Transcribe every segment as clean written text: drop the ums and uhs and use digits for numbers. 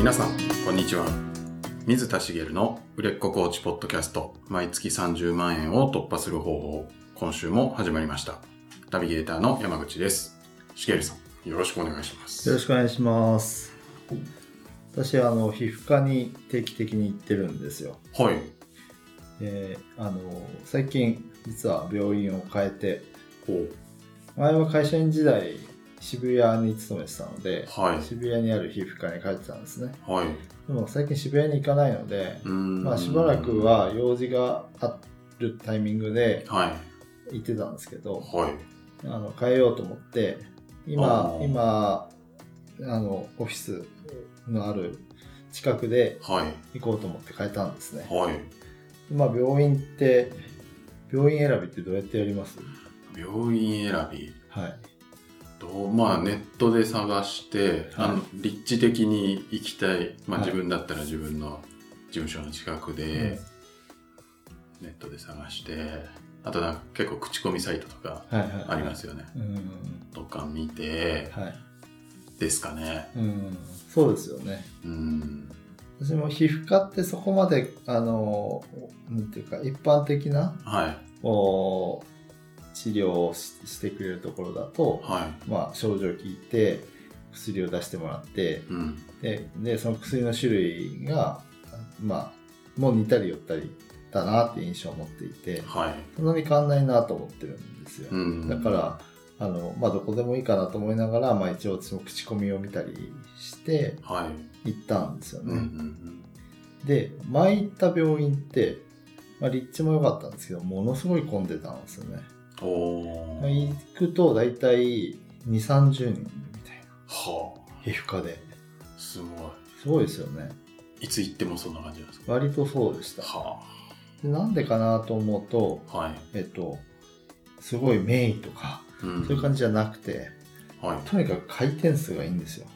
皆さんこんにちは。水田茂の売れっ子コーチポッドキャスト、毎月30万円を突破する方法、今週も始まりました。ナビゲーターの山口です。茂さん、よろしくお願いします。 よろしくお願いします。私は皮膚科に定期的に行ってるんですよ。 はい。 最近実は病院を変えて、前は会社員時代渋谷に勤めてたので、 はい、 渋谷にある皮膚科に帰ってたんですね。 はい、 でも最近渋谷に行かないので、しばらくは用事があるタイミングで行ってたんですけど、 はい、 変えようと思って今オフィスのある近くで行こうと思って変えたんですね。 はい。 病院選びってどうやってやります？ 病院選び、 はい。 ネットで探して、立地的に行きたい、自分だったら自分の事務所の近くで、ネットで探して、あと結構口コミサイトとかありますよね。とか見て、ですかね。 そうですよね。私も皮膚科ってそこまでなんていうか一般的な、治療をしてくれるところだと、症状を聞いて薬を出してもらって、でその薬の種類がもう似たり寄ったりだなって印象を持っていて、そんなに変わんないなと思ってるんですよ。だからどこでもいいかなと思いながら、一応その口コミを見たりして行ったんですよね。で、前行った病院って立地も良かったんですけど、ものすごい混んでたんですよね。行くとだいたい 2,30 人みたいな、皮膚科ですごいですよね。 いつ行ってもそんな感じなんですか？ 割とそうでした。でなんでかなと思うと、すごい名医とか、そういう感じじゃなくて、とにかく回転数がいいんですよ。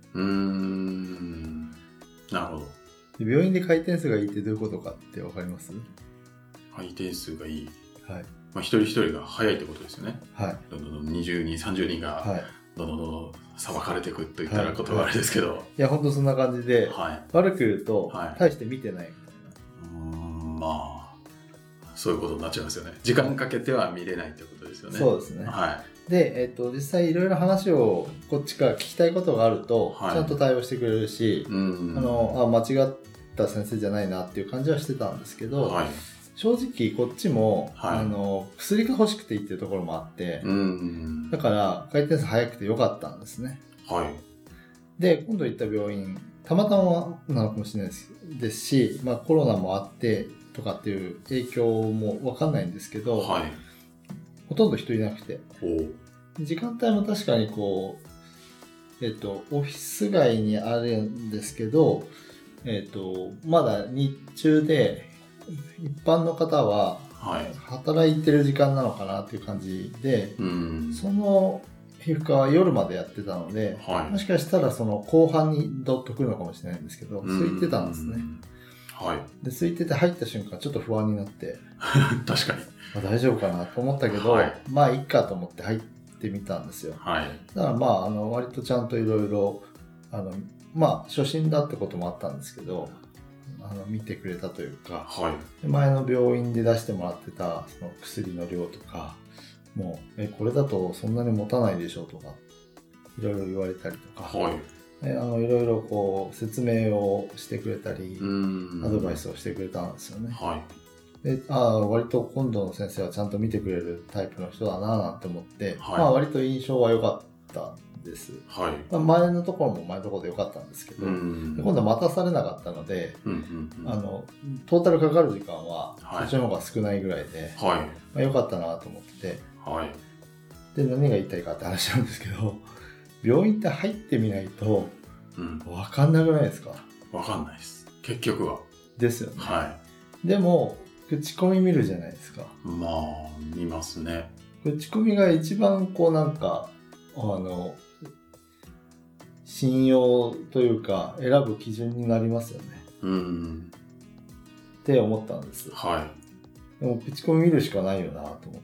なるほど。 で病院で回転数がいいってどういうことかって分かります？ 回転数がいい。一人一人が早いってことですよね。どんどん20人、30人がどんどんさばかれていくといったら言葉あれですけど。 いや、本当そんな感じで、悪く言うと、大して見てないみたいな。 そういうことになっちゃいますよね。時間かけては見れないってことですよね。 そうですね。で、実際いろいろ話をこっちから聞きたいことがあると、ちゃんと対応してくれるし、間違った先生じゃないなっていう感じはしてたんですけど、正直こっちも、薬が欲しくていいっていうところもあって、だから回転数早くてよかったんですね。で、今度行った病院、たまたまなのかもしれないですし、コロナもあってとかっていう影響もわかんないんですけど、ほとんど人いなくて、時間帯も確かにオフィス街にあるんですけど、まだ日中で一般の方は働いてる時間なのかなっていう感じで、その皮膚科は夜までやってたので、もしかしたらその後半にどっと来るのかもしれないんですけど、空いてたんですね。で空いてて入った瞬間ちょっと不安になって確かに、 大丈夫かなと思ったけど、いいかと思って入ってみたんですよ。だから割とちゃんといろいろ初心だってこともあったんですけど、見てくれたというか、前の病院で出してもらってたその薬の量とかもこれだとそんなに持たないでしょうとかいろいろ言われたりとか、いろいろ説明をしてくれたりアドバイスをしてくれたんですよね。で割と今度の先生はちゃんと見てくれるタイプの人だななんて思って、割と印象は良かったです。前のところも前のところで良かったんですけど、今度は待たされなかったので、トータルかかる時間はそっちの方が少ないぐらいで、良かったなと思って、で何が言いたいかって話なんですけど、病院って入ってみないと分かんなくないですか？ 分かんないです、結局は。 ですよね。でも口コミ見るじゃないですか。 見ますね。 口コミが一番信用というか選ぶ基準になりますよね。って思ったんです。でも口コミ見るしかないよなと思って。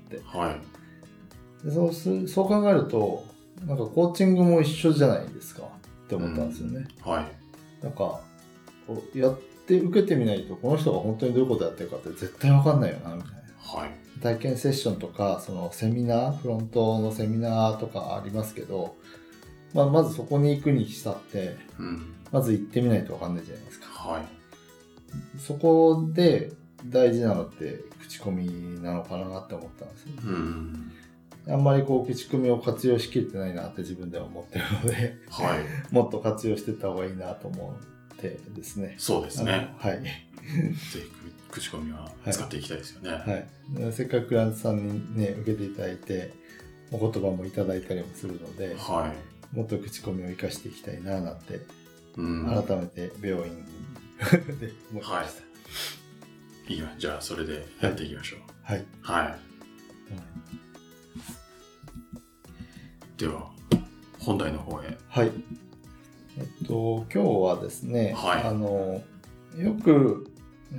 でそう考えるとコーチングも一緒じゃないですかって思ったんですよね。 なんかやって受けてみないとこの人が本当にどういうことやってるかって絶対分かんないよなみたいな、はい、体験セッションとかそのセミナーフロントのセミナーとかありますけど、まずそこに行くにしたって、まず行ってみないと分かんないじゃないですか、はい、そこで大事なのって口コミなのかなって思ったんですよね、あんまりこう口コミを活用しきれてないなって自分では思ってるので、はい、もっと活用していった方がいいなと思ってですね。 そうですね。 はい。 ぜひ口コミは使っていきたいですよね。 はいはい、せっかくクライアントさんにね受けていただいてお言葉もいただいたりもするので、はい、もっと口コミを生かしていきたいななんて、改めて病院で思いました。はい、 いいわ。じゃあそれでやっていきましょう。はい。はい。では本題の方へ。 はい。今日はですね、はい、よく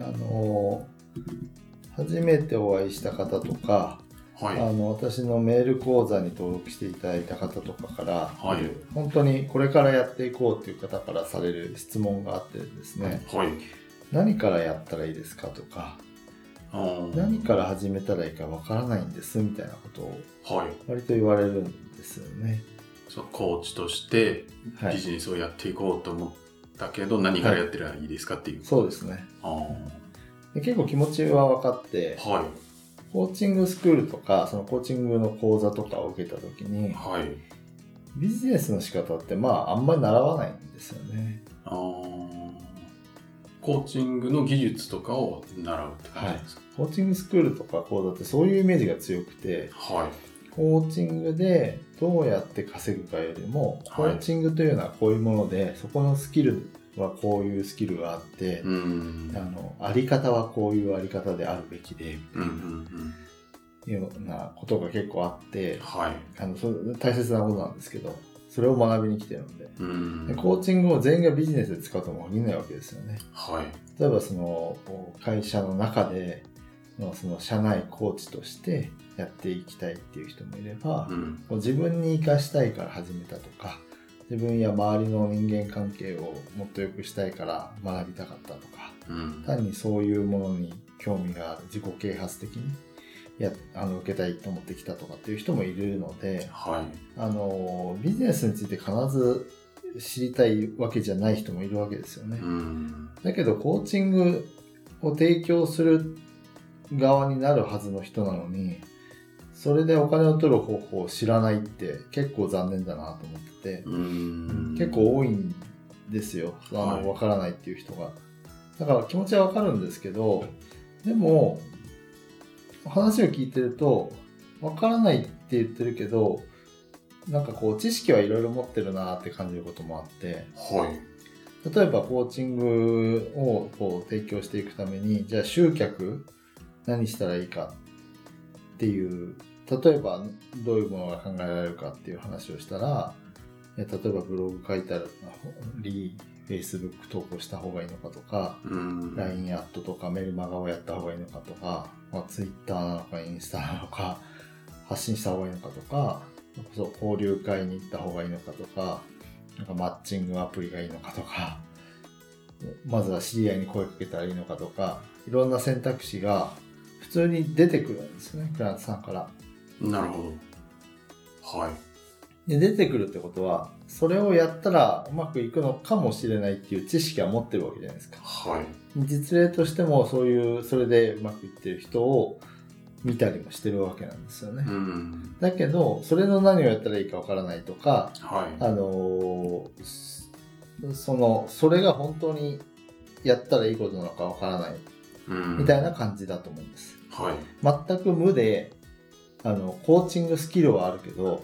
初めてお会いした方とか、はい、私のメール講座に登録していただいた方とかから、はい、本当にこれからやっていこうっていう方からされる質問があってですね、はい、何からやったらいいですかとか、何から始めたらいいかわからないんですみたいなことを割と言われるんですよね。 そう、コーチとしてビジネスをやっていこうと思ったけど、はい、何からやってればいいですかっていう。 そうですね。で結構気持ちは分かって、はい、コーチングスクールとかそのコーチングの講座とかを受けた時に、はい、ビジネスの仕方ってあんまり習わないんですよね。 コーチングの技術とかを習うって感じですか？ はい、コーチングスクールとか講座ってそういうイメージが強くて、はい、コーチングでどうやって稼ぐかよりも、コーチングというのはこういうもので、そこのスキルはこういうスキルがあって、あり方はこういうあり方であるべきで、いうようなことが結構あって、はい、それ大切なことなんですけど、それを学びに来てるので、コーチングを全員がビジネスで使うとも限らないわけですよね。はい、例えばその会社の中でその社内コーチとしてやっていきたいっていう人もいれば、自分に生かしたいから始めたとか、自分や周りの人間関係をもっと良くしたいから学びたかったとか、単にそういうものに興味がある、自己啓発的に受けたいと思ってきたとかっていう人もいるので、はい、ビジネスについて必ず知りたいわけじゃない人もいるわけですよね。だけどコーチングを提供する側になるはずの人なのに、それでお金を取る方法を知らないって結構残念だなと思ってて、結構多いんですよ、わからないっていう人が。だから気持ちはわかるんですけど、でも話を聞いてるとわからないって言ってるけど、なんかこう知識はいろいろ持ってるなって感じることもあって、はい、例えばコーチングをこう提供していくために、じゃあ集客何したらいいかっていう、例えばどういうものが考えられるかっていう話をしたら、例えばブログ書いたり Facebook 投稿した方がいいのかとか、LINE アットとかメルマガをやった方がいいのかとか、Twitter なのかインスタなのか発信した方がいいのかとか、交流会に行った方がいいのかとか、なんかマッチングアプリがいいのかとか、まずは知り合いに声かけたらいいのかとか、いろんな選択肢が普通に出てくるんですね、クライアントさんから。 なるほど。はい。 で、出てくるってことは、それをやったらうまくいくのかもしれないっていう知識は持ってるわけじゃないですか。はい。実例としてもそれでうまくいってる人を見たりもしてるわけなんですよね。だけど、それの何をやったらいいかわからないとか、はい、それが本当にやったらいいことなのかわからないみたいな感じだと思うんです。はい、全く無でコーチングスキルはあるけど、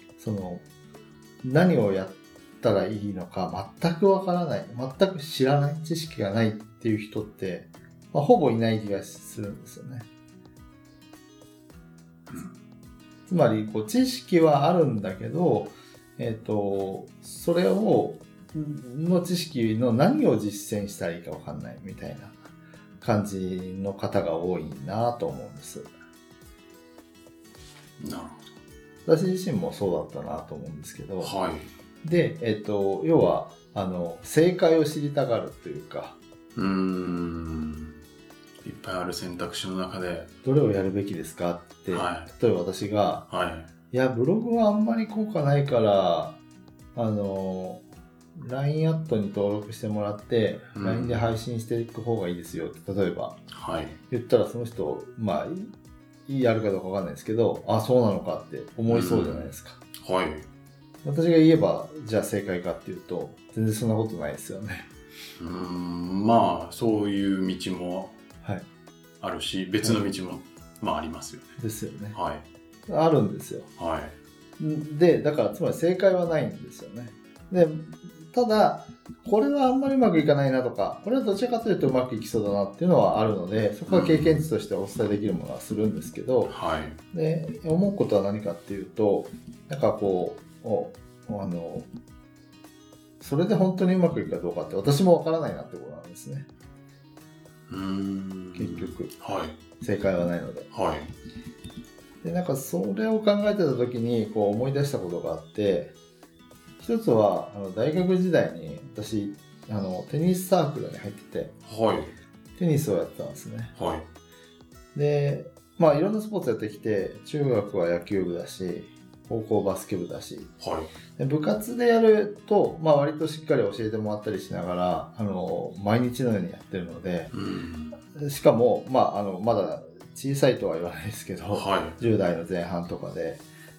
何をやったらいいのか全くわからない、全く知らない、知識がないっていう人って、ほぼいない気がするんですよね。つまり知識はあるんだけど、それの知識の何を実践したらいいかわかんないみたいな感じの方が多いなと思うんです。 なるほど。私自身もそうだったなと思うんですけど、はい、で、要は正解を知りたがるというか、 いっぱいある選択肢の中でどれをやるべきですかって、はい、例えば私が、いやブログはあんまり効果ないからLINE アットに登録してもらって、LINE で配信していく方がいいですよって例えば、言ったらその人やるかどうかわかんないですけど、あ、そうなのかって思いそうじゃないですか。私が言えばじゃあ正解かっていうと全然そんなことないですよね。 まあそういう道もあるし、別の道も、ありますよね。 ですよね。あるんですよ。でだからつまり正解はないんですよね。でただこれはあんまりうまくいかないなとか、これはどちらかというとうまくいきそうだなっていうのはあるので、そこは経験値としてお伝えできるものはするんですけど、で思うことは何かっていうと、なんかこうそれで本当にうまくいくかどうかって私もわからないなってことなんですね。結局、正解はないので、でなんかそれを考えてた時にこう思い出したことがあって、一つは大学時代に私テニスサークルに入ってて、テニスをやってたんですね。でいろんなスポーツやってきて、中学は野球部だし高校バスケ部だし、で部活でやると、割としっかり教えてもらったりしながら毎日のようにやってるので、しかも、まだ小さいとは言わないですけど、10代の前半とかで、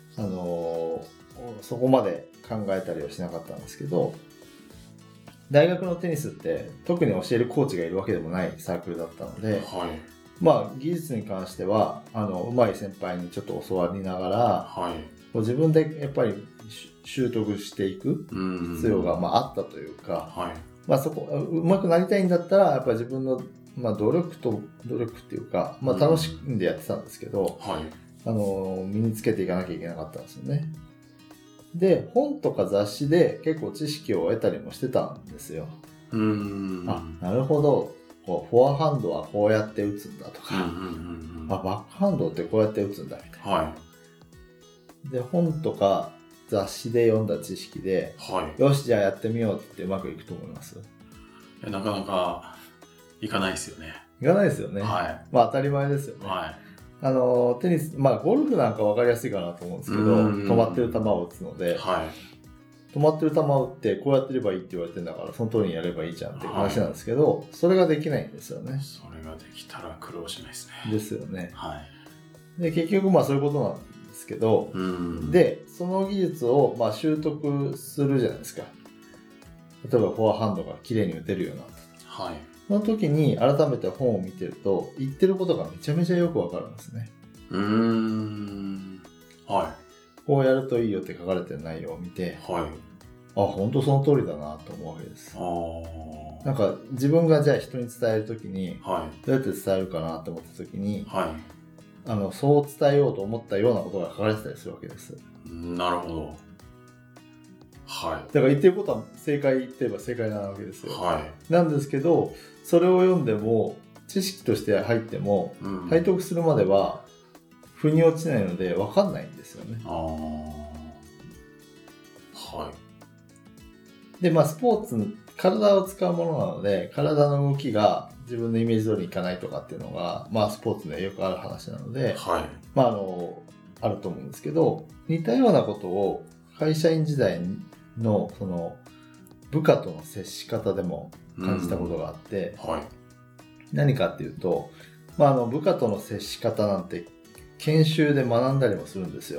そこまで考えたりはしなかったんですけど、大学のテニスって特に教えるコーチがいるわけでもないサークルだったので、技術に関しては上手い先輩にちょっと教わりながら、自分でやっぱり習得していく必要があったというか、そこ上手くなりたいんだったらやっぱり自分の努力っていうか、楽しんでやってたんですけど、身につけていかなきゃいけなかったんですよね。で本とか雑誌で結構知識を得たりもしてたんですよ。なるほど、フォアハンドはこうやって打つんだとか、バックハンドってこうやって打つんだみたいな、で本とか雑誌で読んだ知識で、よしじゃあやってみようってうまくいくと思います？ なかなかいかないですよね。 いかないですよね。当たり前ですよね。テニス、ゴルフなんか分かりやすいかなと思うんですけど、止まってる球を打つので、止まってる球を打ってこうやってればいいって言われてるんだからその通りにやればいいじゃんっていう話なんですけど、それができないんですよね。 それができたら苦労しないですね。 ですよね。で結局そういうことなんですけど、でその技術を習得するじゃないですか。例えばフォアハンドが綺麗に打てるようになった。その時に改めて本を見てると言ってることがめちゃめちゃよくわかるんですね。こうやるといいよって書かれてる内容を見て、本当その通りだなと思うわけです。なんか自分がじゃあ人に伝える時に、どうやって伝えるかなと思った時に、そう伝えようと思ったようなことが書かれてたりするわけです。 なるほど。だから言ってることは正解言ってれば正解なわけですよ。なんですけど、それを読んでも知識として入っても、体得するまでは腑に落ちないので分かんないんですよね。でスポーツ、体を使うものなので、体の動きが自分のイメージ通りにいかないとかっていうのが、スポーツでよくある話なので、あると思うんですけど、似たようなことを会社員時代のその部下との接し方でも感じたことがあって、何かっていうと、部下との接し方なんて研修で学んだりもするんですよ。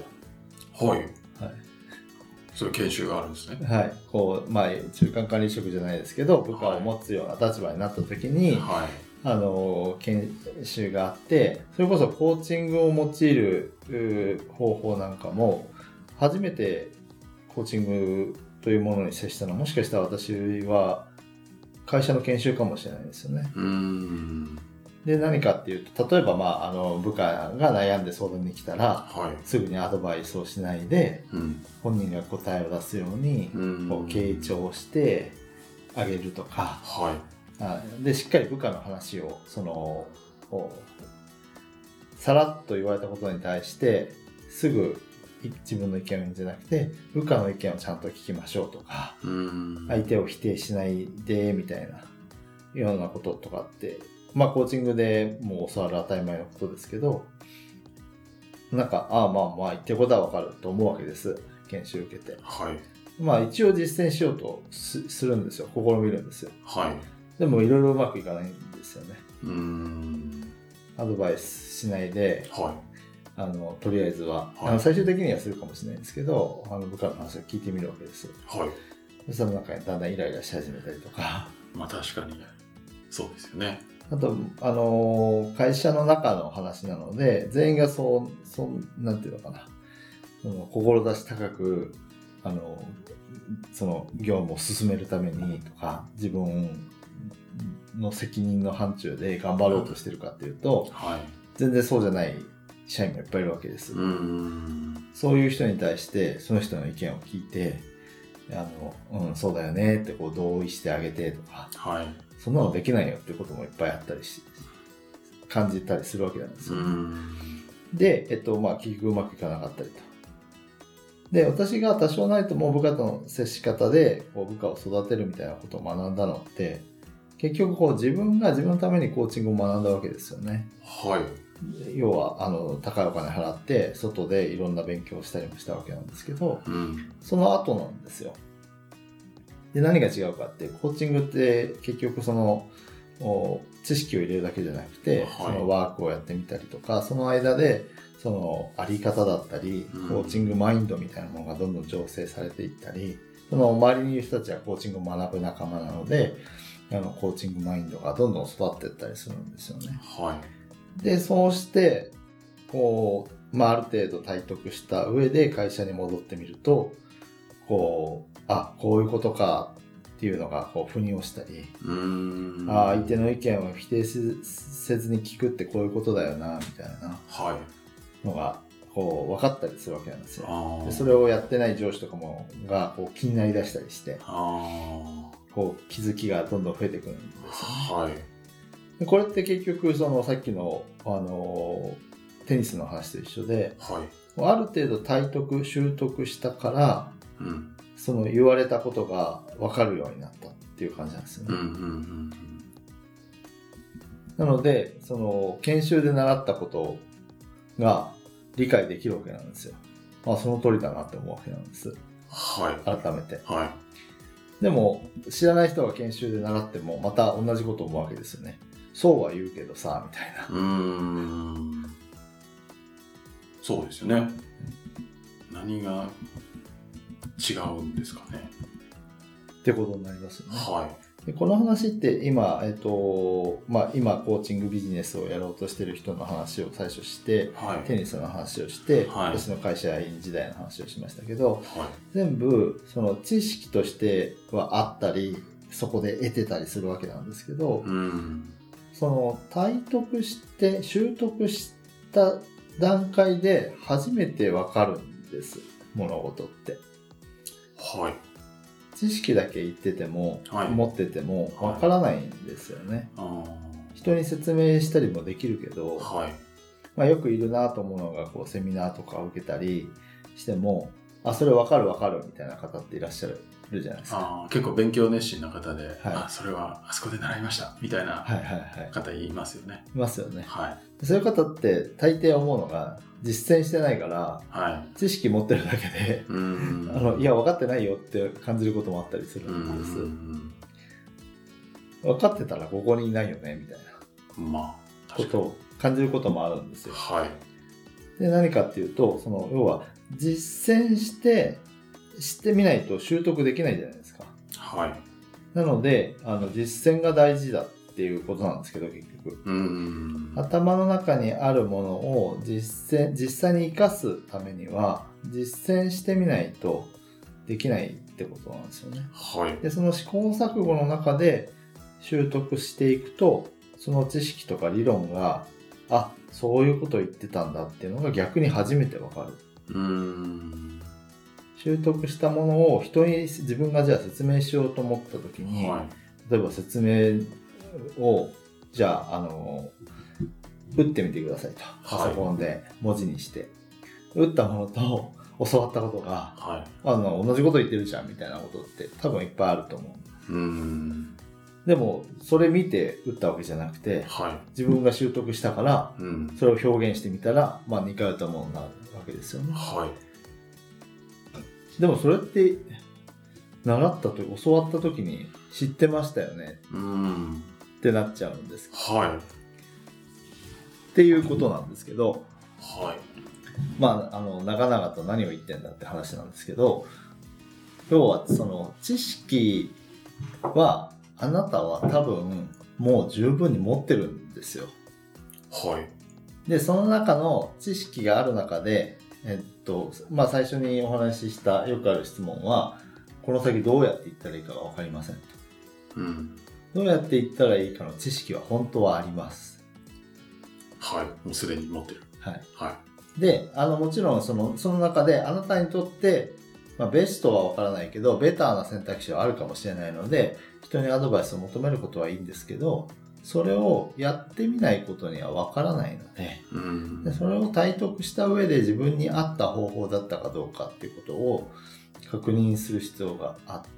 そういう研修があるんですね。 中間管理職じゃないですけど、部下を持つような立場になった時に、研修があって、それこそコーチングを用いる方法なんかも初めてコーチングというものに接したのは、もしかしたら私は会社の研修かもしれないですよね。で何かっていうと、例えば、部下が悩んで相談に来たら、すぐにアドバイスをしないで、本人が答えを出すように傾聴してあげるとか、でしっかり部下の話をさらっと言われたことに対してすぐ自分の意見を言うんじゃなくて、部下の意見をちゃんと聞きましょうとか、相手を否定しないでみたいなようなこととかって、まあコーチングでもう教わる当たり前のことですけど、なんかまあ言ってることはわかると思うわけです。研修受けて。 はい。 まあ一応実践しようとするんですよ。試みるんですよ。 はい。 でもいろいろうまくいかないんですよね。アドバイスしないで、 はい、 とりあえずは、 はい、 最終的にはするかもしれないんですけど、部下の話を聞いてみるわけです。 はい。 そしたらなんかだんだんイライラし始めたりとか。 まあ確かにそうですよね。 あと会社の中の話なので、全員がなんていうのかな、志高くその業務を進めるためにとか、自分の責任の範疇で頑張ろうとしてるかっていうと、 はい、 全然そうじゃない社員もいっぱいいるわけです。そういう人に対してその人の意見を聞いて、そうだよねってこう同意してあげてとか、はい、そんなのできないよってこともいっぱいあったりし、感じたりするわけなんですよ。で、結局うまくいかなかったりと。で、私が多少ないとも部下との接し方でこう部下を育てるみたいなことを学んだのって、結局こう自分が自分のためにコーチングを学んだわけですよね。 はい。 要は高いお金払って外でいろんな勉強をしたりもしたわけなんですけど、その後なんですよ。で、何が違うかって、コーチングって結局その知識を入れるだけじゃなくて、そのワークをやってみたりとか、その間でそのあり方だったり、コーチングマインドみたいなものがどんどん醸成されていったり、その周りにいる人たちはコーチングを学ぶ仲間なので、コーチングマインドがどんどん育っていったりするんですよね。はい。で、そうしてこう、ある程度体得した上で会社に戻ってみると、こういうことかっていうのがこう腑に落ちたり、相手の意見を否定せずに聞くってこういうことだよなみたいなのがこう分かったりするわけなんですよ。でそれをやってない上司とかもがこう気になりだしたりして、こう気づきがどんどん増えてくるんですよね。はい。でこれって結局そのさっきのテニスの話と一緒で、はい、ある程度習得したから、その言われたことが分かるようになったっていう感じなんですよね。なのでその研修で習ったことが理解できるわけなんですよ。その通りだなって思うわけなんです。はい。改めて。はい。でも知らない人が研修で習ってもまた同じこと思うわけですよね。そうは言うけどさみたいな。 そうですよね。何が違うんですかね。 ってことになりますよね。 はい。 でこの話って今、今コーチングビジネスをやろうとしてる人の話を最初して、はい、テニスの話をして、はい、私の会社員時代の話をしましたけど、はい、全部その知識としてはあったりそこで得てたりするわけなんですけど、その体得して習得した段階で初めて分かるんです、物事って。はい。知識だけ言ってても、はい、持ってても分からないんですよね。はい、人に説明したりもできるけど、はい、よくいるなと思うのがこうセミナーとかを受けたりしても、それ分かるみたいな方っていらっしゃるじゃないですか。 結構勉強熱心な方で、はい、それはあそこで習いましたみたいな方いますよね。 いますよね。はい、そういう方って大抵思うのが実践してないから、はい、知識持ってるだけでいや分かってないよって感じることもあったりするんです。分かってたらここにいないよねみたいなことを感じることもあるんですよ。はい、で何かっていうとその要は実践して知ってみないと習得できないじゃないですか。はい。なので実践が大事だっていうことなんですけど、結局頭の中にあるものを実際に生かすためには実践してみないとできないってことなんですよね。はい。でその試行錯誤の中で習得していくと、その知識とか理論がそういうことを言ってたんだっていうのが逆に初めてわかる。習得したものを人に自分がじゃあ説明しようと思った時に、はい、例えば説明をじゃあ打ってみてくださいと、パソコンで文字にして、打ったものと教わったことが、同じこと言ってるじゃんみたいなことって多分いっぱいあると思う。でもそれ見て打ったわけじゃなくて、自分が習得したから、それを表現してみたら、似通ったものになるわけですよね。でもそれって習ったと教わった時に知ってましたよねってなっちゃうんです。っていうことなんですけど、長々と何を言ってんだって話なんですけど、要はその知識はあなたは多分もう十分に持ってるんですよ。でその中の知識がある中で、最初にお話ししたよくある質問は、この先どうやっていったらいいかが分かりませんと。どうやっていったらいいかの知識は本当はあります。 もうすでに持ってる。 で、もちろんその中であなたにとって、ベストは分からないけどベターな選択肢はあるかもしれないので、人にアドバイスを求めることはいいんですけど、それをやってみないことには分からないので、でそれを体得した上で自分に合った方法だったかどうかっていうことを確認する必要があって、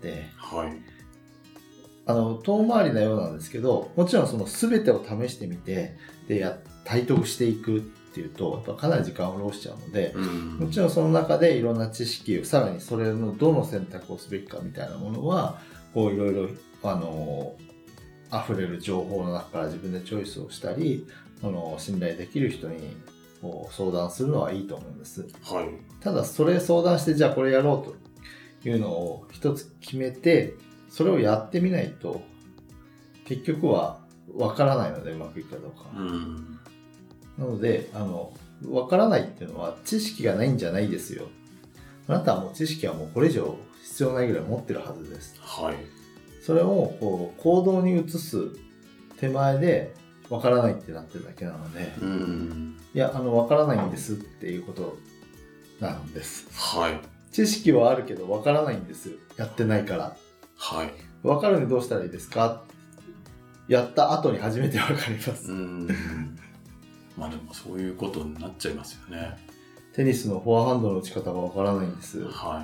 遠回りなようなんですけど、もちろんその全てを試してみてで体得していくっていうとやっぱかなり時間を浪しちゃうので、もちろんその中でいろんな知識を、さらにそれのどの選択をすべきかみたいなものはこういろいろ溢れる情報の中から自分でチョイスをしたり、信頼できる人にこう相談するのはいいと思うんです。ただそれ相談してじゃあこれやろうというのを一つ決めて、それをやってみないと結局はわからないので、うまくいくかどうか。なのでわからないっていうのは知識がないんじゃないですよ。あなたはもう知識はもうこれ以上必要ないぐらい持ってるはずです。それをこう行動に移す手前でわからないってなってるだけなので、いやわからないんですっていうことなんです。知識はあるけどわからないんです。やってないから。わかるにどうしたらいいですか？やった後に初めてわかります。 でもそういうことになっちゃいますよね。 テニスのフォアハンドの打ち方がわからないんです。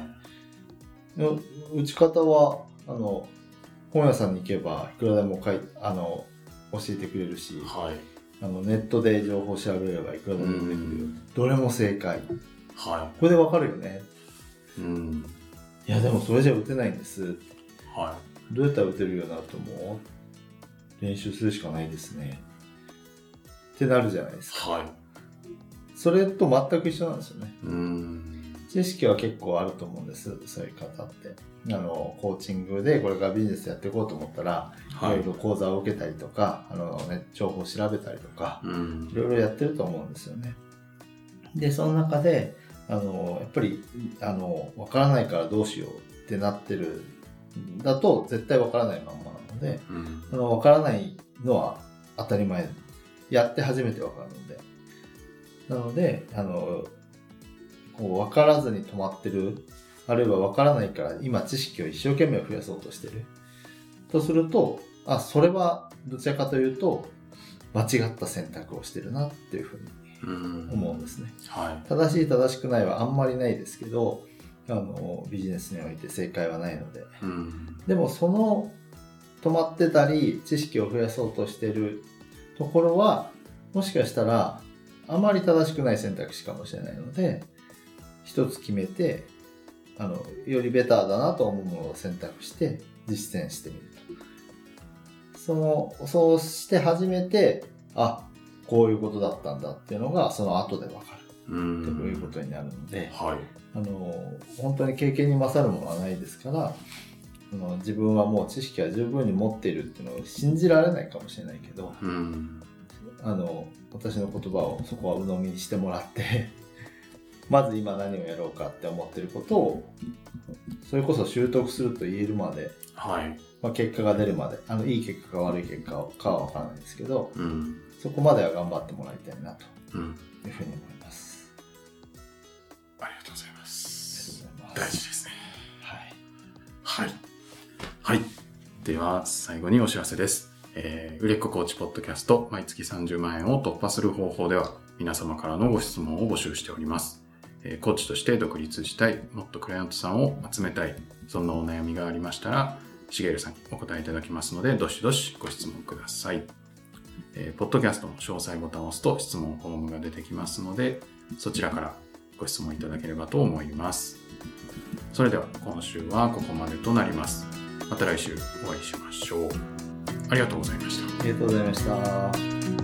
打ち方は本屋さんに行けばいくらでも教えてくれるし、ネットで情報を調べればいくらでも出てくるよ。どれも正解。これでわかるよね。いやでもそれじゃ打てないんです。どうやったら打てるようになると思う？練習するしかないですねってなるじゃないですか。それと全く一緒なんですよね。知識は結構あると思うんです。そういう方ってコーチングでこれからビジネスやっていこうと思ったら、いろいろ講座を受けたりとか情報を調べたりとか、いろいろやってると思うんですよね。でその中でやっぱり分からないからどうしようってなってるだと絶対分からないまんまなので、分からないのは当たり前、やって初めて分かるので、なのでこう分からずに止まってる、あるいは分からないから今知識を一生懸命増やそうとしてるとすると、それはどちらかというと間違った選択をしてるなっていうふうに思うんですね。正しい正しくないはあんまりないですけど、ビジネスにおいて正解はないので、でもその止まってたり知識を増やそうとしてるところはもしかしたらあまり正しくない選択肢かもしれないので、一つ決めてよりベターだなと思うものを選択して実践してみると、そうして初めてこういうことだったんだっていうのがその後で分かるということになるので、本当に経験に勝るものはないですから、自分はもう知識は十分に持っているっていうのを信じられないかもしれないけど、私の言葉をそこは鵜呑みにしてもらってまず今何をやろうかって思ってることをそれこそ習得すると言えるまで、結果が出るまで、いい結果か悪い結果かは分からないですけど、そこまでは頑張ってもらいたいなというふうに思います。 ありがとうございます。大事ですね。はい。では最後にお知らせです。売れっ子コーチポッドキャスト毎月30万円を突破する方法では皆様からのご質問を募集しております。 コーチとして独立したい、もっとクライアントさんを集めたい、そんなお悩みがありましたら、しげるさんにお答えいただきますので、どしどしご質問ください。ポッドキャストの詳細ボタンを押すと質問フォームが出てきますので、そちらからご質問いただければと思います。それでは今週はここまでとなります。また来週お会いしましょう。ありがとうございました。 ありがとうございました。